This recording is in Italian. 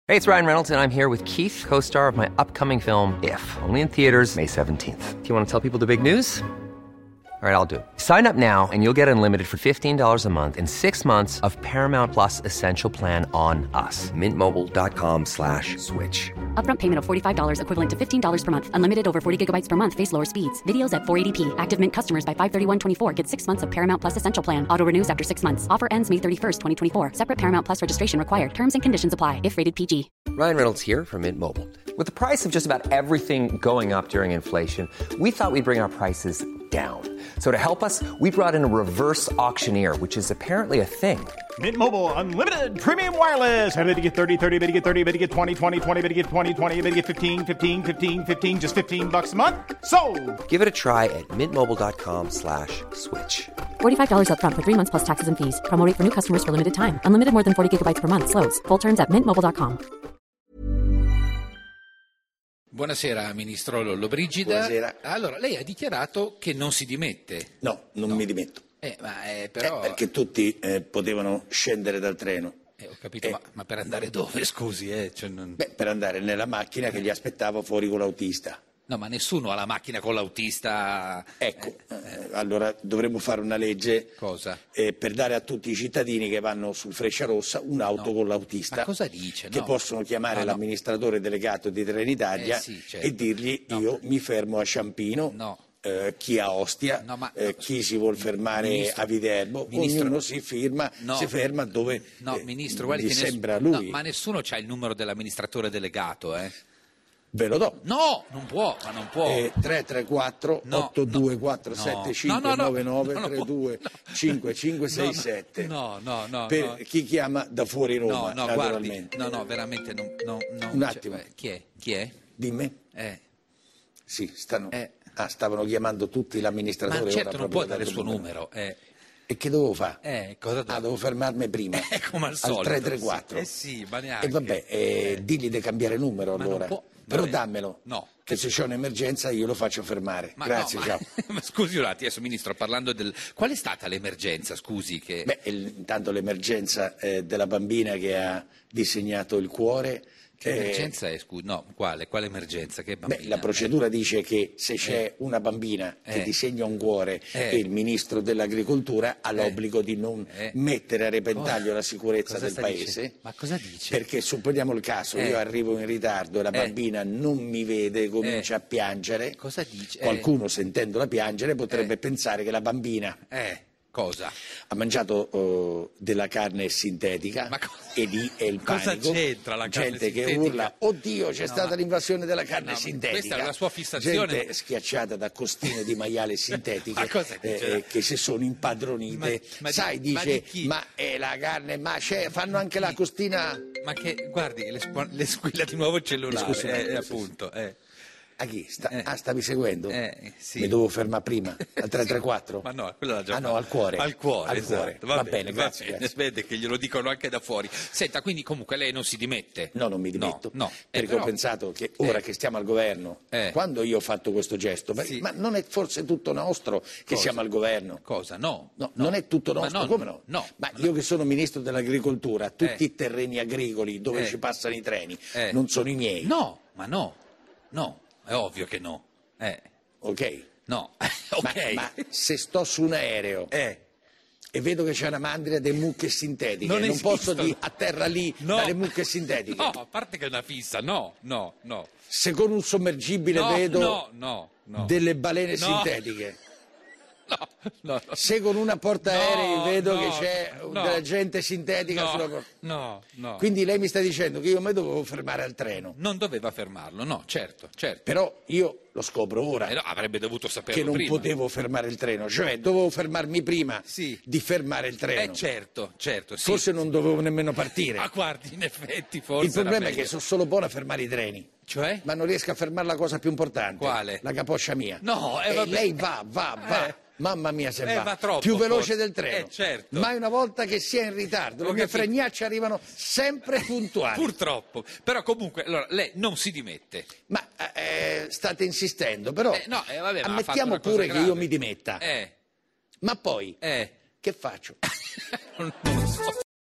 Hey, it's Ryan Reynolds, and I'm here with Keith, co-star of my upcoming film, If, only in theaters May 17th. Do you want to tell people the big news? All right, I'll do it. Sign up now and you'll get unlimited for $15 a month and 6 months of Paramount Plus Essential Plan on us. MintMobile.com/switch. Upfront payment of $45 equivalent to $15 per month. Unlimited over 40 gigabytes per month. Face lower speeds. Videos at 480p. Active Mint customers by 531.24 get 6 months of Paramount Plus Essential Plan. Auto renews after 6 months. Offer ends May 31st, 2024. Separate Paramount Plus registration required. Terms and conditions apply if rated PG. Ryan Reynolds here from Mint Mobile. With the price of just about everything going up during inflation, we thought we'd bring our prices down. So to help us, we brought in a reverse auctioneer, which is apparently a thing. Mint Mobile Unlimited Premium Wireless. How to get 30, 30, bit to get 30, bit to get 20, 20, 20, bit to get 20, 20, bit to get 15, 15, 15, 15, just $15 a month? Sold! Give it a try at mintmobile.com/switch. $45 upfront for 3 months plus taxes and fees. Promo rate for new customers for limited time. Unlimited more than 40 gigabytes per month. Slows full terms at mintmobile.com. Buonasera, Ministro Lollobrigida. Buonasera. Allora, lei ha dichiarato che non si dimette. No, non mi dimetto. Però... perché tutti potevano scendere dal treno. Ho capito, ma per andare dove, scusi? Per andare nella macchina che gli aspettava fuori con l'autista. No, ma nessuno ha la macchina con l'autista. Ecco, allora dovremmo fare una legge. Cosa? Per dare a tutti i cittadini che vanno sul Frecciarossa un'auto con l'autista. Ma cosa dice? Che possono chiamare l'amministratore delegato di Trenitalia certo. e dirgli io mi fermo a Ciampino. Chi a Ostia, chi si vuol fermare Ministro, a Viterbo, ognuno si ferma dove Ministro, guardi che sembra lui. ma nessuno c'ha il numero dell'amministratore delegato, Ve lo do. No, non può. 334 82475 9932 5567. No. Per chi chiama da fuori Roma, naturalmente. Guardi, veramente no. Un attimo. Chi è? Dimmi. Sì, stavano chiamando tutti l'amministratore. Ma certo, ora non può dare il suo numero. E che dovevo fare? Cosa devo fermarmi prima. Come al solito. Al 334. Sì, ma neanche. E vabbè, digli di cambiare numero ma allora. Non può. Però dammelo. No. Che se c'è un'emergenza io lo faccio fermare. Grazie, ciao. Ma scusi un attimo, adesso Ministro, parlando qual è stata l'emergenza, scusi? Intanto l'emergenza della bambina che ha disegnato il cuore. Che emergenza è, scusi? No, quale emergenza? Che bambina? La procedura dice che se c'è una bambina che disegna un cuore e il Ministro dell'Agricoltura ha l'obbligo di non mettere a repentaglio la sicurezza del Paese. Dice? Ma cosa dice? Perché supponiamo il caso, io arrivo in ritardo e la bambina non mi vede, comincia a piangere. Cosa dice? Qualcuno sentendola piangere potrebbe pensare che la bambina... Cosa? Ha mangiato della carne sintetica e lì è il panico. Cosa c'entra la carne gente sintetica? Che urla, oddio c'è stata l'invasione della carne sintetica. Questa è la sua fissazione. Gente schiacciata da costine di maiale sintetiche che si sono impadronite. Ma è la carne, fanno anche la costina. Ma che, guardi, le squilla di nuovo il cellulare, appunto. A chi? Stavi seguendo? Sì. Mi dovevo fermare prima, al 334? Ma no, quello l'ha già fatto. Al cuore. Al cuore, esatto. Va bene, grazie. Vede che glielo dicono anche da fuori. Senta, quindi comunque lei non si dimette? No, non mi dimetto. No. Perché ho pensato che ora che stiamo al governo, quando io ho fatto questo gesto, ma non è forse tutto nostro che siamo al governo? Cosa? No. Non è tutto nostro, come no? No. Ma io che sono Ministro dell'Agricoltura, tutti i terreni agricoli dove ci passano i treni non sono i miei. No, è ovvio che no. Ok. No, ok. Ma se sto su un aereo e vedo che c'è una mandria delle mucche sintetiche, non posso dire a terra lì dalle mucche sintetiche. No, a parte che è una fissa, no. Se con un sommergibile vedo delle balene sintetiche. No. Se con una portaerei vedo che c'è della gente sintetica sulla porta. No. Quindi lei mi sta dicendo che io mi dovevo fermare al treno. Non doveva fermarlo, no, certo. Però io lo scopro ora. Avrebbe dovuto saperlo che non prima. potevo fermare il treno, cioè dovevo fermarmi prima di fermare il treno. Certo, sì. Forse non dovevo nemmeno partire. Ma guardi, in effetti forse. Il problema è che sono solo buono a fermare i treni. Cioè? Ma non riesco a fermare la cosa più importante. Quale? La capoccia mia. No, e lei va. Mamma mia, se va troppo, più veloce forse. del treno. Certo. Mai una volta che sia in ritardo. Le mie fregnacce arrivano sempre puntuali. Purtroppo. Però comunque, allora, lei non si dimette. Ma state insistendo, però vabbè, ammettiamo pure che io mi dimetta. Ma poi, che faccio? Non lo so.